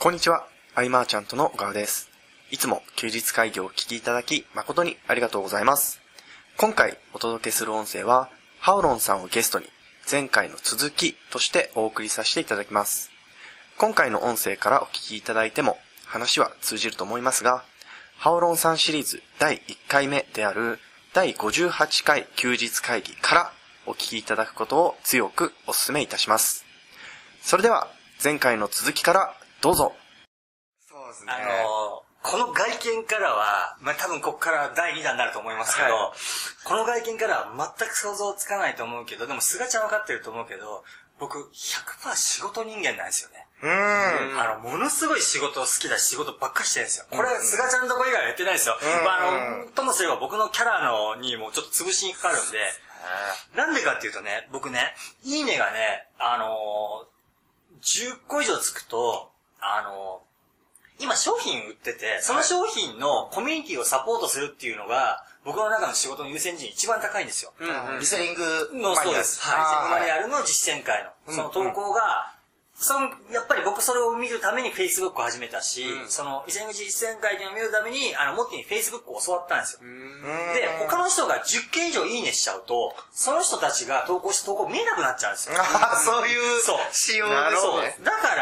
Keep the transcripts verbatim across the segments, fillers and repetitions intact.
こんにちは、アイマーちゃんとの小川です。いつも休日会議をお聞きいただき誠にありがとうございます。今回お届けする音声は、ハオロンさんをゲストに前回の続きとしてお送りさせていただきます。今回の音声からお聞きいただいても話は通じると思いますが、ハオロンさんシリーズだいいっかいめであるだいごじゅうはちかい休日会議からお聞きいただくことを強くお勧めいたします。それでは前回の続きからどうぞ。 そうですね。あのー、この外見からは、まあ、多分ここからだいにだんになると思いますけど、はい、この外見からは全く想像つかないと思うけど、でも菅ちゃん分かってると思うけど、僕 ひゃくパーセント 仕事人間なんですよね。 うーん。 あの、ものすごい仕事好きだし仕事ばっかりしてるんですよ。これ、菅ちゃんのとこ以外はやってないですよ。まあ、あの、ともすれば僕のキャラのにもちょっと潰しにかかるんで、なんでかっていうとね、僕ね、いいねがね、あのー、じゅっこ以上つくと、あのー、今商品売ってて、その商品のコミュニティをサポートするっていうのが、僕の中の仕事の優先順位一番高いんですよ。 うんうん、リセリングの、そうです。はい。リセリングマニュアルの実践会の、その投稿が、その、やっぱり僕それを見るために Facebook を始めたし、うん、その、リセリング実践会を見るために、あの、モッティに Facebook を教わったんですよ。で、他の人がじゅっけん以上いいねしちゃうと、その人たちが投稿した投稿見えなくなっちゃうんですよ。 ああ、そういう仕様ですね。 だから、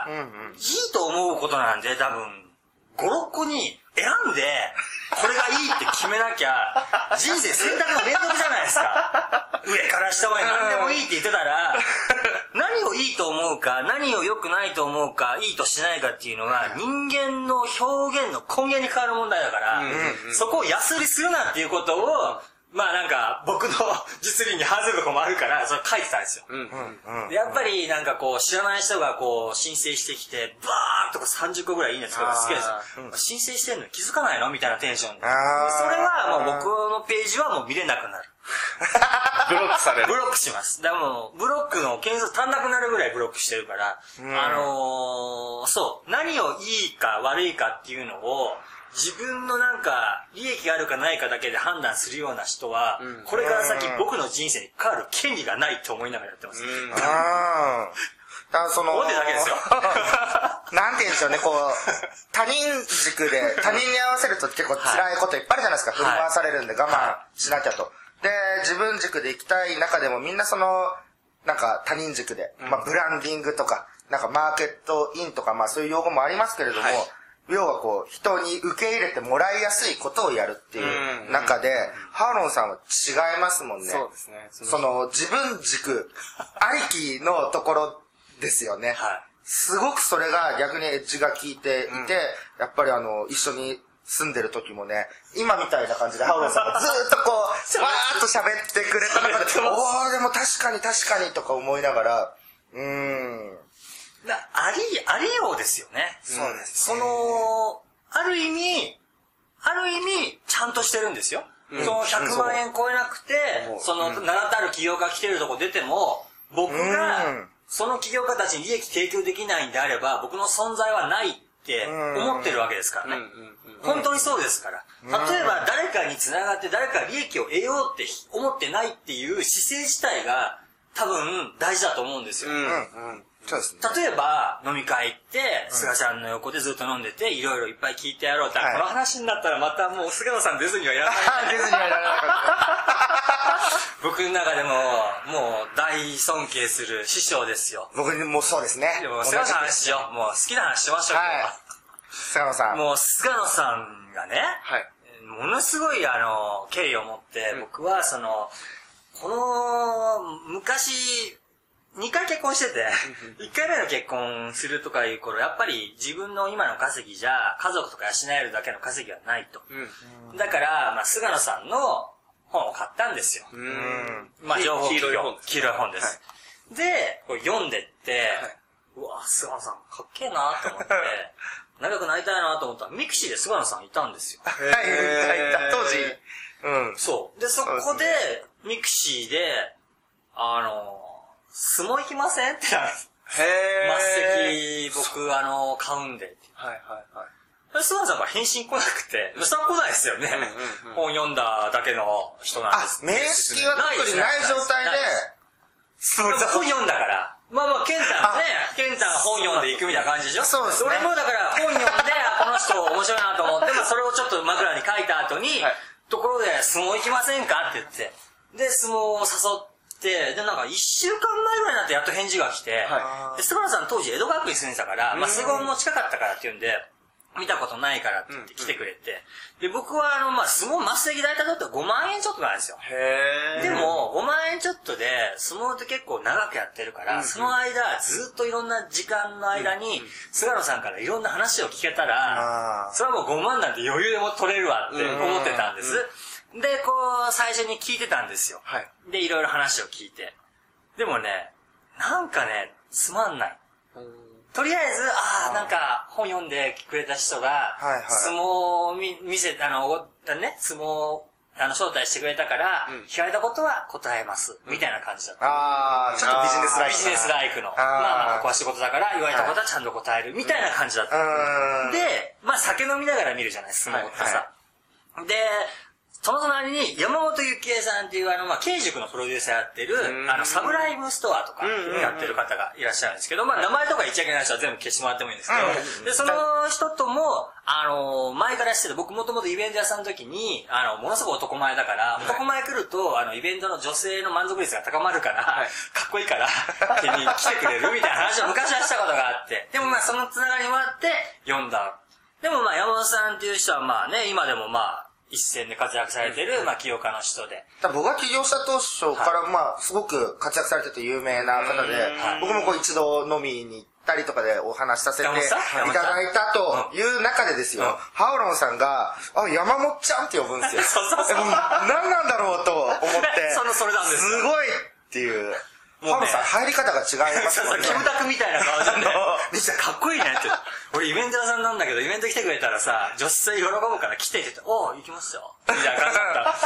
うんうん、いいと思うことなんで、多分、ご、ろっこに選んで、これがいいって決めなきゃ、人生選択の連続じゃないですか。上から下まで何でもいいって言ってたら、何をいいと思うか、何を良くないと思うか、いいとしないかっていうのが、人間の表現の根源に変わる問題だから、そこを安売りするなっていうことを、まあなんか、僕の実利に反するとこもあるから、それ書いてたんですよ。うんうんうん、でやっぱりなんかこう、知らない人がこう、申請してきて、バーンとこうさんじゅっこぐらいいいねつくのが好きですよ。うん、申請してんのに気づかないのみたいなテンションで。でそれはもう僕のページはもう見れなくなる。 ブロックされる。 ブロックします。だからもう、ブロックの件数足んなくなるぐらいブロックしてるから、うん、あのー、そう、何をいいか悪いかっていうのを、自分のなんか、利益があるかないかだけで判断するような人は、うん、これから先僕の人生に関わる権利がないと思いながらやってます。うん。 ああ。その、 思ってるだけですよ。 なんて言うんでしょうね、こう、他人軸で、他人に合わせると結構辛いこといっぱいあるじゃないですか。振り回されるんで我慢しなきゃと。で、自分軸で行きたい中でもみんなその、なんか他人軸で、まあブランディングとか、なんかマーケットインとか、まあそういう用語もありますけれども、はい、要はこう、人に受け入れてもらいやすいことをやるっていう中で、ハーロンさんは違いますもんね。 そうですね。 その、自分軸ありきのところですよね。はい。すごくそれが逆にエッジが効いていて、うん、やっぱりあの、一緒に住んでる時もね、今みたいな感じでハーロンさんがずーっとこう、わーっと喋ってくれた中で、おー、でも確かに確かにとか思いながら、うーん。 あり、ありようですよね。 そうです、 ね。その、ある意味、ある意味、ちゃんとしてるんですよ。うん、そのひゃくまんえん超えなくて、うん、その、名だたる起業家来てるとこ出ても、僕が、その起業家たちに利益提供できないんであれば、僕の存在はないって思ってるわけですからね。本当にそうですから。例えば、誰かに繋がって誰かが利益を得ようって思ってないっていう姿勢自体が、多分、大事だと思うんですよ。うんうんそうですね、 例えば、飲み会行って、菅ちゃんの横でずっと飲んでて、いろいろいっぱい聞いてやろうって、はい、この話になったらまたもう菅野さん出ずにはいらない。 出ずにはいらなかった。 僕の中でも、もう大尊敬する師匠ですよ。 僕もそうですね。 でも菅野さんの話しよう。もう好きな話しましょう。はい。 菅野さん。 もう菅野さんがね、はい、ものすごいあの、敬意を持って、うん、僕はその、この、昔、にかい結婚してて、いっかいめの結婚するとかいう頃、やっぱり自分の今の稼ぎじゃ、家族とか養えるだけの稼ぎはないと。うん、だから、まあ、菅野さんの本を買ったんですよ。うん、まあ、情報企業。黄色い本です。黄色い本です。はい、で、これ読んでって、はい、うわ、菅野さんかっけえなと思って、仲良くなりたいなと思ったら、ミクシーで菅野さんいたんですよ。 はい、いた、当時。 うん。そう。で、そこで、ミクシーで、あの、相撲行きませんって言ったんです。へー。末席、僕、あの、買うんで。はいはいはい。菅野さんから返信来なくて、それは来ないですよね。うんうんうん、本読んだだけの人なんです。 あ、面識は特にない状態で、 そう本読んだから。 まあまあ、ケンタがね、ケンタが本読んでいくみたいな感じでしょ。 そうですね。 俺もだから本読んで、この人面白いなと思って、まあそれをちょっと枕に書いた後に、はい、ところで相撲行きませんかって言って、で、相撲を誘って、で、なんか一週間前ぐらいになってやっと返事が来て、はい、で、菅原さん当時江戸学院住んでたから、まあ巣鴨も近かったからって言うんで、見たことないからって言って来てくれて、で、僕はあの、まあ、相撲末席大体だったらごまんえんちょっとなんですよ。へー。でも、ごまんえんちょっとで、相撲って結構長くやってるから、うんうん、その間、ずっといろんな時間の間に、菅野さんからいろんな話を聞けたら、それはもうごまんなんて余裕でも取れるわって思ってたんです。で、こう、最初に聞いてたんですよ。はい、で、いろいろ話を聞いて。でもね、なんかね、つまんない。とりあえず、ああ、なんか、本読んでくれた人が、はいはい、相撲を見、見せ、あの、ね、相撲を、あの、招待してくれたから、うん、聞かれたことは答えます、みたいな感じだった。 ああ、ちょっとビジネスライク。 ビジネスライクの。まあまあ、こう仕事だから、言われたことはちゃんと答える、みたいな感じだった。うん、で、まあ、酒飲みながら見るじゃない、相撲ってさ。はいはい、で、その隣に山本幸恵さんっていうあの、まあ、慶塾のプロデューサーやってる、あの、サブライブストアとかやってる方がいらっしゃるんですけど、まあ、名前とか言っちゃいけない人は全部消してもらってもいいんですけど、で、その人とも、あの、前から知ってて、僕もともとイベント屋さんの時に、あの、ものすごく男前だから、男前来ると、あの、イベントの女性の満足率が高まるから、かっこいいから、に来てくれるみたいな話を昔はしたことがあって、でもまあ、そのつながりもあって、読んだ。でもまあ、山本さんっていう人はまあね、今でもまあ、一線で活躍されてる、まあ、起業家の人で。 僕が起業した当初から、まあ、すごく活躍されてて有名な方で、僕もこう一度飲みに行ったりとかでお話しさせていただいたという中でですよ、ハオロンさんが、あ、山本ちゃんって呼ぶんですよ。そうそうそう。何なんだろうと思って、 そのそれなんです。 すごいっていう。ハオロンさん入り方が違いますもんね。 キムタクみたいな顔でね。めっちゃかっこいいねって。俺イベント屋さんなんだけど、イベント来てくれたらさ、女性喜ぶから来てって言って、おう、行きますよ。みたいな感じだった。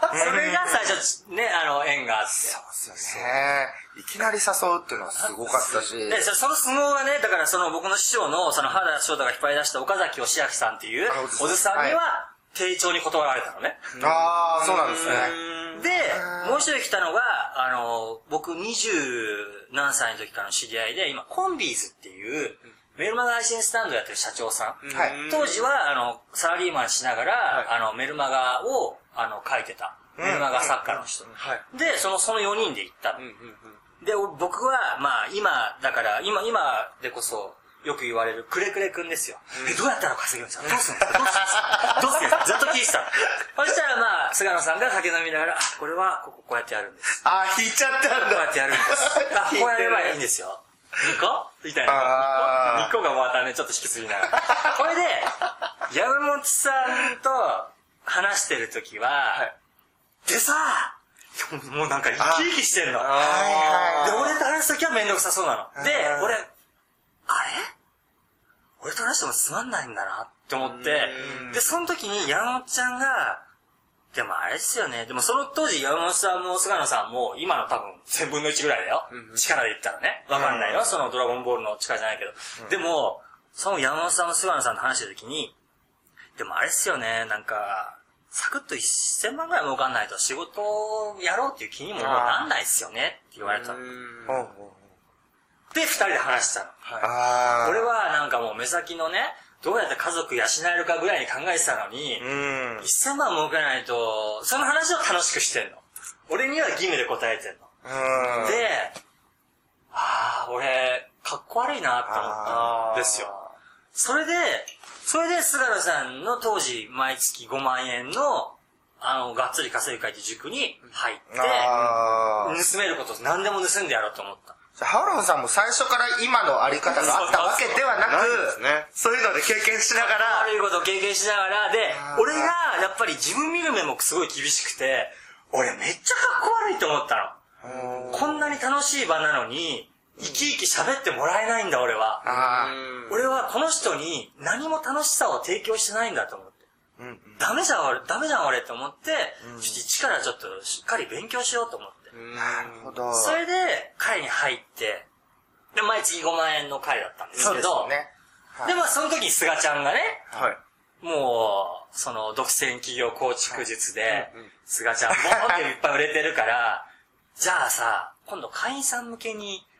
それが最初、ね、あの、縁があって。 そうですよね。いきなり誘うっていうのはすごかったし。 で、その相撲がね、だからその僕の師匠の、その原翔太が引っ張り出した岡崎義明さんっていう、おじさんには、丁重に断られたのね。 ああ、そうなんですね。 で、もう一人来たのが、あの、僕二十何歳の時からの知り合いで、今、コンビーズっていう、メルマガ配信スタンドやってる社長さん。はい、当時は、あの、サラリーマンしながら、はい、あの、メルマガを、あの、書いてた。メルマガ作家の人。はい、で、その、そのよにんで行ったの。で、僕は、まあ、今、だから、今、今でこそ、よく言われるくれくれくんですよ。え、どうやったら稼げるんですか？どうするんですか？どうするんですか？どうするんですか？ずっと聞いてた。そしたらまあ、菅野さんが酒飲みながら、あ、これは、ここ、こうやってやるんです。 あ、引いちゃったんだ。 こうやってやるんです。あ、こうやればいいんですよ。にこみたいな。にこがまたね、ちょっと引きすぎながら。これで、山本さんと話してるときは、はい、でさ、もうなんか生き生きしてんの。はいはい、で、俺と話すときはめんどくさそうなの。で、俺、あれ俺と話してもつまんないんだなって思って、で、その時に山本ちゃんが、でもあれですよね。でもその当時山本さんも菅野さんも今の多分千分の一ぐらいだよ。うんうん、力で言ったらね。わかんないよ。そのドラゴンボールの力じゃないけど。うん、でも、その山本さんも菅野さんと話してる時に、でもあれですよね。なんか、サクッとせんまんぐらい儲かんないと仕事をやろうっていう気にももうなんないっすよねって言われたの。で、二人で話したの。はい、俺はなんかもう目先のね、どうやって家族養えるかぐらいに考えてたのに、うん、せんまん儲けないと、その話を楽しくしてんの。俺には義務で答えてんの。うん、で、ああ、俺、かっこ悪いなって思ったんですよ。それで、それで菅野さんの当時毎月ごまんえんの、あの、がっつり稼ぐ会って塾に入って、盗めること何でも盗んでやろうと思った。 ハロンさんも最初から今のあり方があったわけではなく、ね、そういうので経験しながら。 悪いことを経験しながら、で、俺がやっぱり自分見る目もすごい厳しくて、俺めっちゃかっこ悪いと思ったの。こんなに楽しい場なのに、生き生き喋ってもらえないんだ俺は。俺はこの人に何も楽しさを提供してないんだと思って。うんうん、ダメじゃん俺、ダメじゃん俺と思って、うん、ちょっと一からちょっとしっかり勉強しようと思って。 なるほど。 それで、会に入って、で、毎月ごまんえんの会だったんですけど、そうですね。はい、で、まあその時に菅ちゃんがね、はい、もう、その、独占企業構築術で、はいうんうん、菅ちゃんもいっぱい売れてるから、じゃあさ、今度会員さん向けに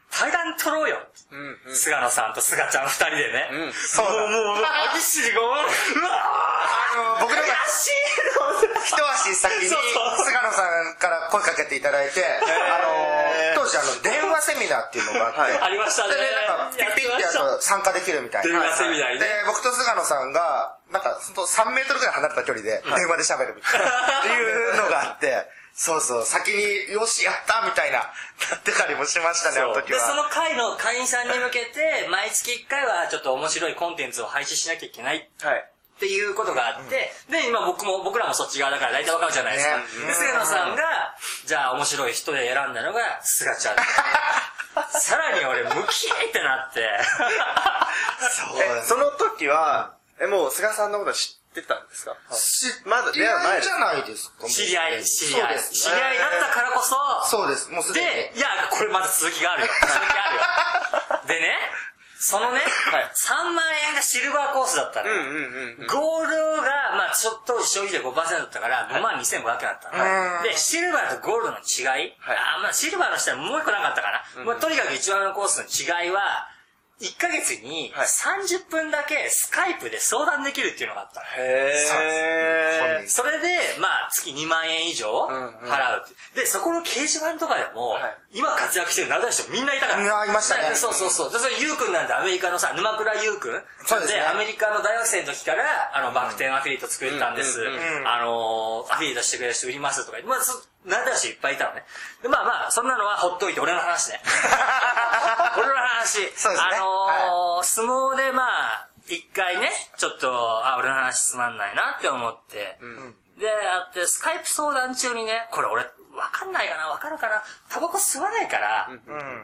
対談取ろうよ。うんうん、菅野さんと菅ちゃん二人でね。うん、そうだ。もう、歯ぎしりが、うわあの、僕らが、一足先に菅野さんから声かけていただいて、あの、当時あの、電話セミナーっていうのがあって、 ありましたね。 で、なんか、ピッピッてやると参加できるみたいな。 電話セミナーね。 で、僕と菅野さんが、なんか、さんメートルぐらい離れた距離で、電話で喋るみたいな。っていうのがあって、そうそう、先に、よし、やったみたいな、なってたりもしましたね、あの時は。 で、その会の会員さんに向けて、毎月いっかいはちょっと面白いコンテンツを配信しなきゃいけない。はい。っていうことがあって、うん、で、今僕も、僕らもそっち側だから大体わかるじゃないですか。ね、で、菅野さんが、じゃあ面白い人で選んだのが、菅ちゃん。さらに俺、ムキーってなって。 そうえ、その時は、え、もう菅さんのこと知ってたんですか？ まだ出会う前じゃないですか。 知り合い、知り合い。知り合いだったからこそ、 そうです、もうすでに。 で、いや、これまだ続きがあるよ。続きあるよ。でね、そのね、はい、さんまんえんがシルバーコースだったの。うんうんうんうん、ゴールドが、まあちょっと消費税 ごパーセント だったからごまんにせんごひゃくえんだったの。はい、で、シルバーとゴールドの違い、はい、あまあシルバーの下はもう一個なかったかな。うんうん、まあとにかく一番のコースの違いは、いっかげつにさんじゅっぷんだけスカイプで相談できるっていうのがあったの。へー。それで、まあ月にまんえん以上払う。で、そこの掲示板とかでも、今活躍してる名だたる人みんないたから。 いましたね。 そうそうそう。で、それゆうくんなんてアメリカのさ、沼倉ゆうくん。そうですね。アメリカの大学生の時から、あの、バク転アフィリエイト作ったんです。あの、アフィリエイトしてくれる人売りますとか。まあ、なんだしいっぱいいたのね。で、まあまあ、そんなのはほっといて、俺の話ね。俺の話。そうですね。あのーはい、相撲でまあ、一回ね、ちょっと、あ、俺の話つまんないなって思って。うん、で、あって、スカイプ相談中にね、これ俺、わかんないかなわかるかなタバコ吸わないから、うん、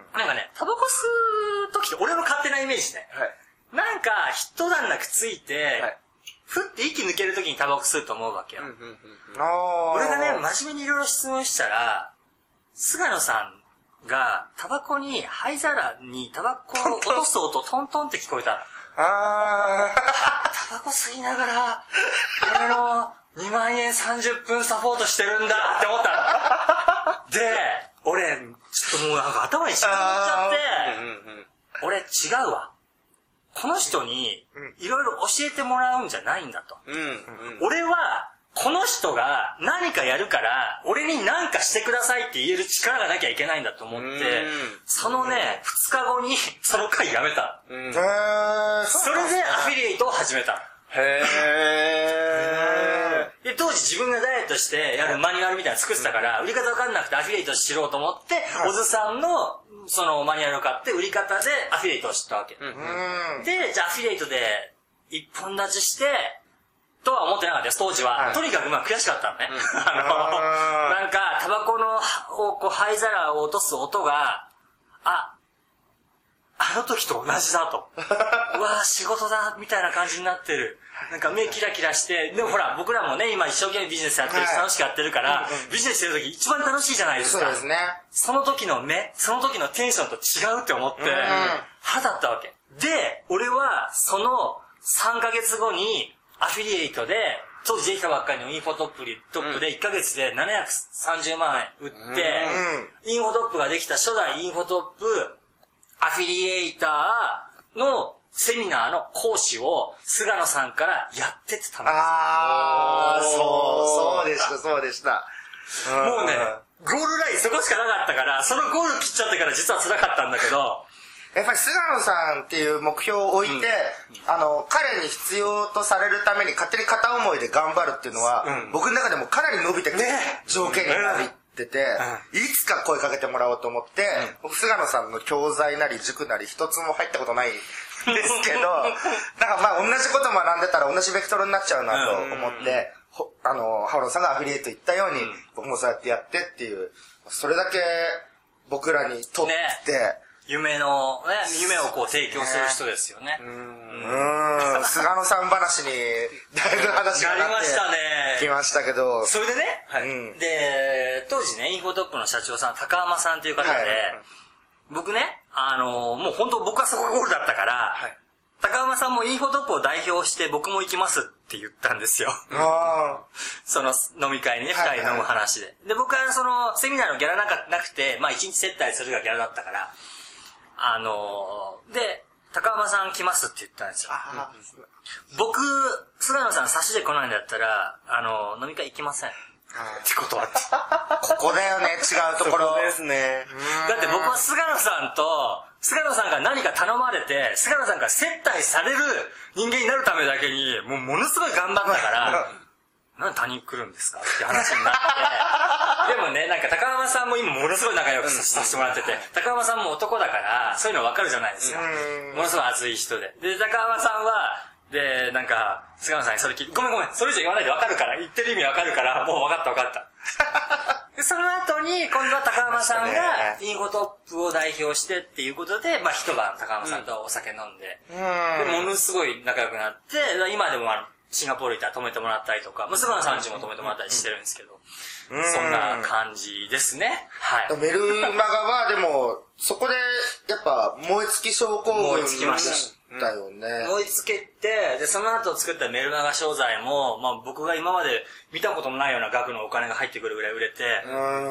なんかね、タバコ吸う時って俺の勝手なイメージね。はい、なんか、一段落ついて、はい、ふって息抜ける時にタバコ吸うと思うわけよ。うんうんうん、俺がね、真面目にいろいろ質問したら、菅野さんがタバコに灰皿にタバコを落とす音トントンって聞こえたの。あー。タバコ吸いながら、俺のにまんえんさんじゅっぷんサポートしてるんだって思ったの。で、俺、ちょっともうなんか頭にしまっちゃって、俺違うわ。この人にいろいろ教えてもらうんじゃないんだと。うんうん、俺はこの人が何かやるから俺に何かしてくださいって言える力がなきゃいけないんだと思って、そのね、ふつかごにその回やめた。うん、へー、それでアフィリエイトを始めた。へー。で、当時自分がダイエットしてやるマニュアルみたいなの作ってたから、売り方わかんなくてアフィリエイトしろうと思って、小津さんのそのマニュアルを買って売り方でアフィリエイトを知ったわけ。うん、で、じゃあアフィリエイトで一本立ちして、とは思ってなかったです、当時は。はい、とにかくまあ悔しかったのね。うん、あの、なんか、タバコの、をこう、灰皿を落とす音が、あ、あの時と同じだと。うわぁ、仕事だ、みたいな感じになってる。なんか目キラキラして、でもほら、僕らもね、今一生懸命ビジネスやってるし、楽しくやってるから、ビジネスしてる時一番楽しいじゃないですか。そうですね。その時の目、その時のテンションと違うって思って、腹立ったわけ。で、俺は、そのさんかげつごに、アフィリエイトで、当時できたばっかりのインフォトップトップでいっかげつでななひゃくさんじゅうまんえん売って、インフォトップができた初代インフォトップアフィリエイターのセミナーの講師を菅野さんからやってって頼んだ。 あー、そう、そうでした、そうでした。 もうね、ゴールラインそこしかなかったから、そのゴール切っちゃってから実は辛かったんだけど、 やっぱり菅野さんっていう目標を置いて、うん、あの、彼に必要とされるために勝手に片思いで頑張るっていうのは、うん、僕の中でもかなり伸びてくる条件になってて、うん、いつか声かけてもらおうと思って、うん、僕菅野さんの教材なり塾なり一つも入ったことないんですけど、なんかまあ同じこと学んでたら同じベクトルになっちゃうなと思って、うん、あの、ハオロンさんがアフィリエイト言ったように、うん、僕もそうやってやってっていう、それだけ僕らにとって、ね、 夢の、ね、夢をこう提供する人ですよね。うーん。菅野さん話に、だいぶ話がなってきましたけど。 それでね、はい、うん、で、当時ね、インフォトップの社長さん、高浜さんという方で、はい、僕ね、あの、もう本当僕はそこがゴールだったから、はい、高浜さんもインフォトップを代表して僕も行きますって言ったんですよ。あその飲み会にね、二人飲む話で。で、僕はそのセミナーのギャラなんかなくて、まあ一日接待するがギャラだったから、 あのー、で、高浜さん来ますって言ったんですよ。僕、菅野さん差しで来ないんだったら、あのー、飲み会行きません。ってことはって。 ここだよね、違うところ。 そうですね。 だって僕は菅野さんと、菅野さんが何か頼まれて、菅野さんが接待される人間になるためだけに、もうものすごい頑張ったから、なんで他人来るんですかって話になって、でもね、なんか高浜さんも今ものすごい仲良くさせてもらってて、高浜さんも男だから、そういうの分かるじゃないですか。ものすごい熱い人で。で、高浜さんは、で、なんか、菅野さんにそれ聞いて、ごめんごめん、それ以上言わないで分かるから、言ってる意味分かるから、もう分かった分かった。で、その後に、今度は高浜さんが、インフォトップを代表してっていうことで、まあ一晩高浜さんとお酒飲んで、で、ものすごい仲良くなって、今でもあの、シンガポール行ったら泊めてもらったりとか、まあ、菅野さんちも泊めてもらったりしてるんですけど、そんな感じですね。はい。 メルマガは、でも、そこで、やっぱ、燃え尽き症候群燃え尽きました。 だよね。 燃え尽きて、で、その後作ったメルマガ商材も、まあ僕が今まで見たこともないような額のお金が入ってくるぐらい売れて、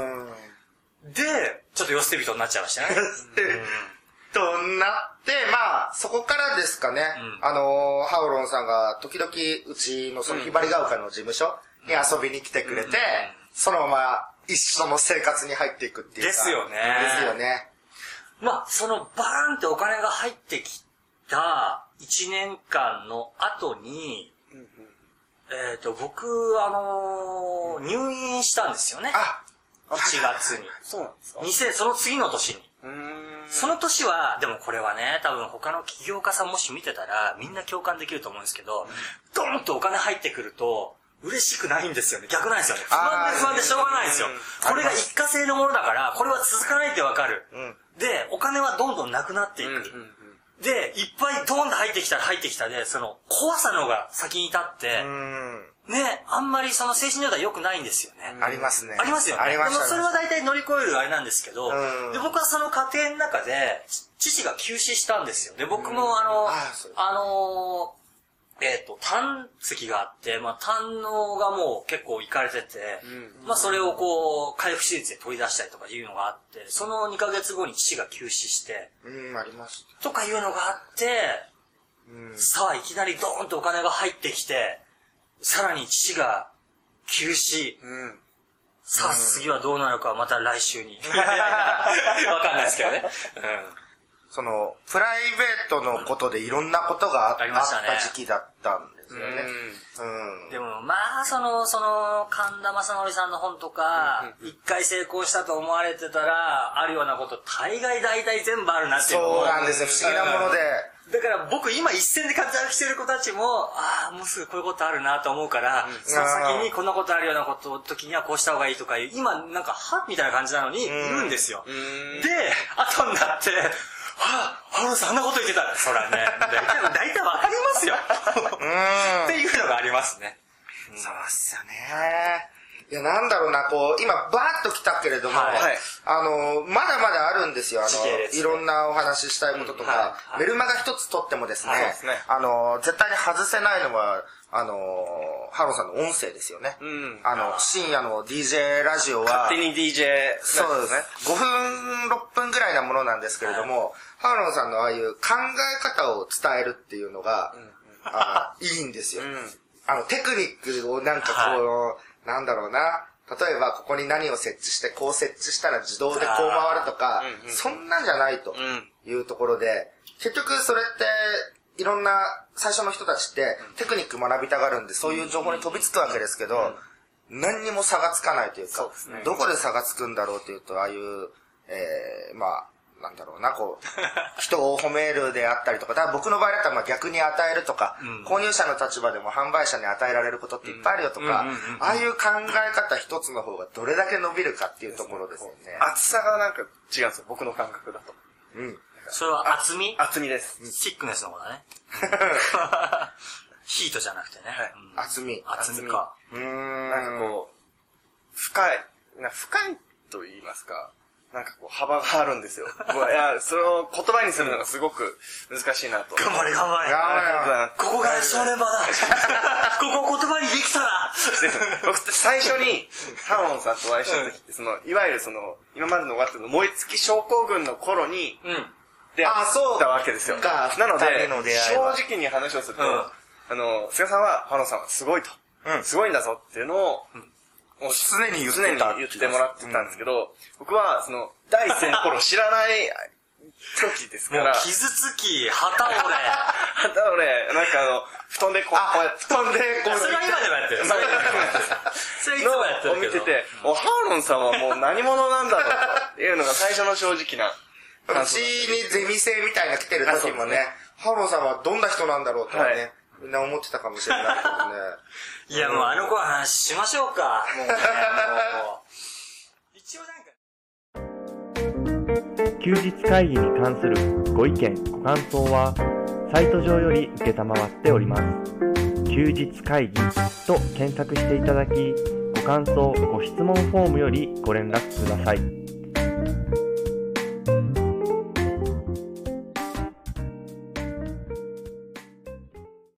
で、ちょっと寄捨て人になっちゃいましたね。 となって、まあ、そこからですかね、うん、あの、ハオロンさんが時々うちのそのひばりが丘の事務所に遊びに来てくれて、うん、そのまま一緒の生活に入っていくっていうか。 ですよね。 ですよね。 まあ、そのバーンってお金が入ってきたいちねんかんの後に、うんうん、えっと、僕、あのー、入院したんですよね。 あ、 いちがつに。 そうなんですか？ にせんその次の年に。うーんその年は、でもこれはね、多分他の起業家さんもし見てたら、みんな共感できると思うんですけど、ドーンとお金入ってくると、嬉しくないんですよね。逆なんですよね。不安で不安でしょうがないんですよ。これが一過性のものだから、これは続かないってわかる。うん、で、お金はどんどんなくなっていく。うんうんうん、で、いっぱいドーンと入ってきたら入ってきたで、その怖さの方が先に立って、うんね、あんまりその精神状態良くないんですよね。 ありますね。 ありますよね。 ありましたね。 でもそれは大体乗り越えるあれなんですけど、で僕はその過程の中で、父が急死したんですよ。で、僕もあの、あ, あの、えっと、胆石があって、まあ、胆のがもう結構いかれてて、うん、まあ、それをこう、回復手術で取り出したりとかいうのがあって、そのにかげつごに父が急死して、 うん、あります。 とかいうのがあって、うん、さあ、いきなりドーンとお金が入ってきて、さらに父が急死。うん、さあ、次はどうなるかはまた来週に。わかんないですけどね。うんその、プライベートのことでいろんなことがあった時期だったんですよね。 うん、でも、まあ、その、その、神田正則さんの本とか、一回成功したと思われてたら、あるようなこと、大概大体全部あるなっていうのそうなんですよ、不思議なもので。 だから僕今一線で活躍してる子たちも、ああ、もうすぐこういうことあるなと思うから、うん、その先にこんなことあるようなこと時にはこうした方がいいとかいう、今なんか、はみたいな感じなのに、いるんですよ。で、後になって、はぁ、ハロンさんあんなこと言ってた。そらね、大体、大体わかりますよ。っていうのがありますね。 うん、そうっすよね。いや、なんだろうな、こう、今、バーッと来たけれども、はい、あの、まだまだあるんですよ。あの、ね、いろんなお話ししたいこととか、うんはいはい、メルマガ一つ取ってもですね、ですねあの、絶対に外せないのは、あの、ハロンさんの音声ですよね。うん、あの、深夜の ディージェー ラジオは、 勝手に ディージェー、 そうですね。ごふん、ろっぷんぐらいなものなんですけれども、はい、ハロンさんのああいう考え方を伝えるっていうのが、うん、あいいんですよ。うん、あの、テクニックをなんかこう、はい、なんだろうな、例えばここに何を設置して、こう設置したら自動でこう回るとか、うんうん、そんなんじゃないというところで、結局それって、いろんな最初の人たちってテクニック学びたがるんでそういう情報に飛びつくわけですけど、何にも差がつかないというか、どこで差がつくんだろうというと、ああいう、えー、まあ、なんだろうな、こう、人を褒めるであったりとか、だから僕の場合だったらまあ逆に与えるとか、購入者の立場でも販売者に与えられることっていっぱいあるよとか、ああいう考え方一つの方がどれだけ伸びるかっていうところですよね。 厚さがなんか違うんですよ、僕の感覚だと。 うん。 それは厚み？ 厚みです。 シックネスの方だね。ヒートじゃなくてね。はい、 うん、厚み。 厚みか。 うーん。なんかこう、深い、な深いと言いますか、なんかこう幅があるんですよ。いや、それを言葉にするのがすごく難しいなと。 頑張れ頑張れ。頑張れ。ここが正念場だ。ここを言葉にできたら。 僕最初にハロンさんとお会いした時って、その、いわゆるその、今までの終わったの燃え尽き症候群の頃に、うん出会ったわけですよ。なので、正直に話をすると、うん、あの、菅さんは、ハロンさんはすごいと。うん、すごいんだぞっていうのを、うん、 常に言って常に言ってもらってたんですけど、うん、僕は、その、第一声の頃知らない時ですから。 もう傷つき、旗折れ。 旗折れ、なんかあの、布団でこう、こうやって。 布団でこう。 それは今でもやってる。それは今でもやってる。それいつもやってるけど。 を見てて、お、ハーロンさんはもう何者なんだろうっていうのが最初の正直な。 うちにゼミ生みたいな来てる時もね、ハーロンさんはどんな人なんだろうとかね、はい、みんな思ってたかもしれないけどね。 いや、もうあの子は話しましょうか。もうね、もう。一応なんか。休日会議に関するご意見、ご感想は、サイト上より受けたまわっております。休日会議と検索していただき、ご感想、ご質問フォームよりご連絡ください。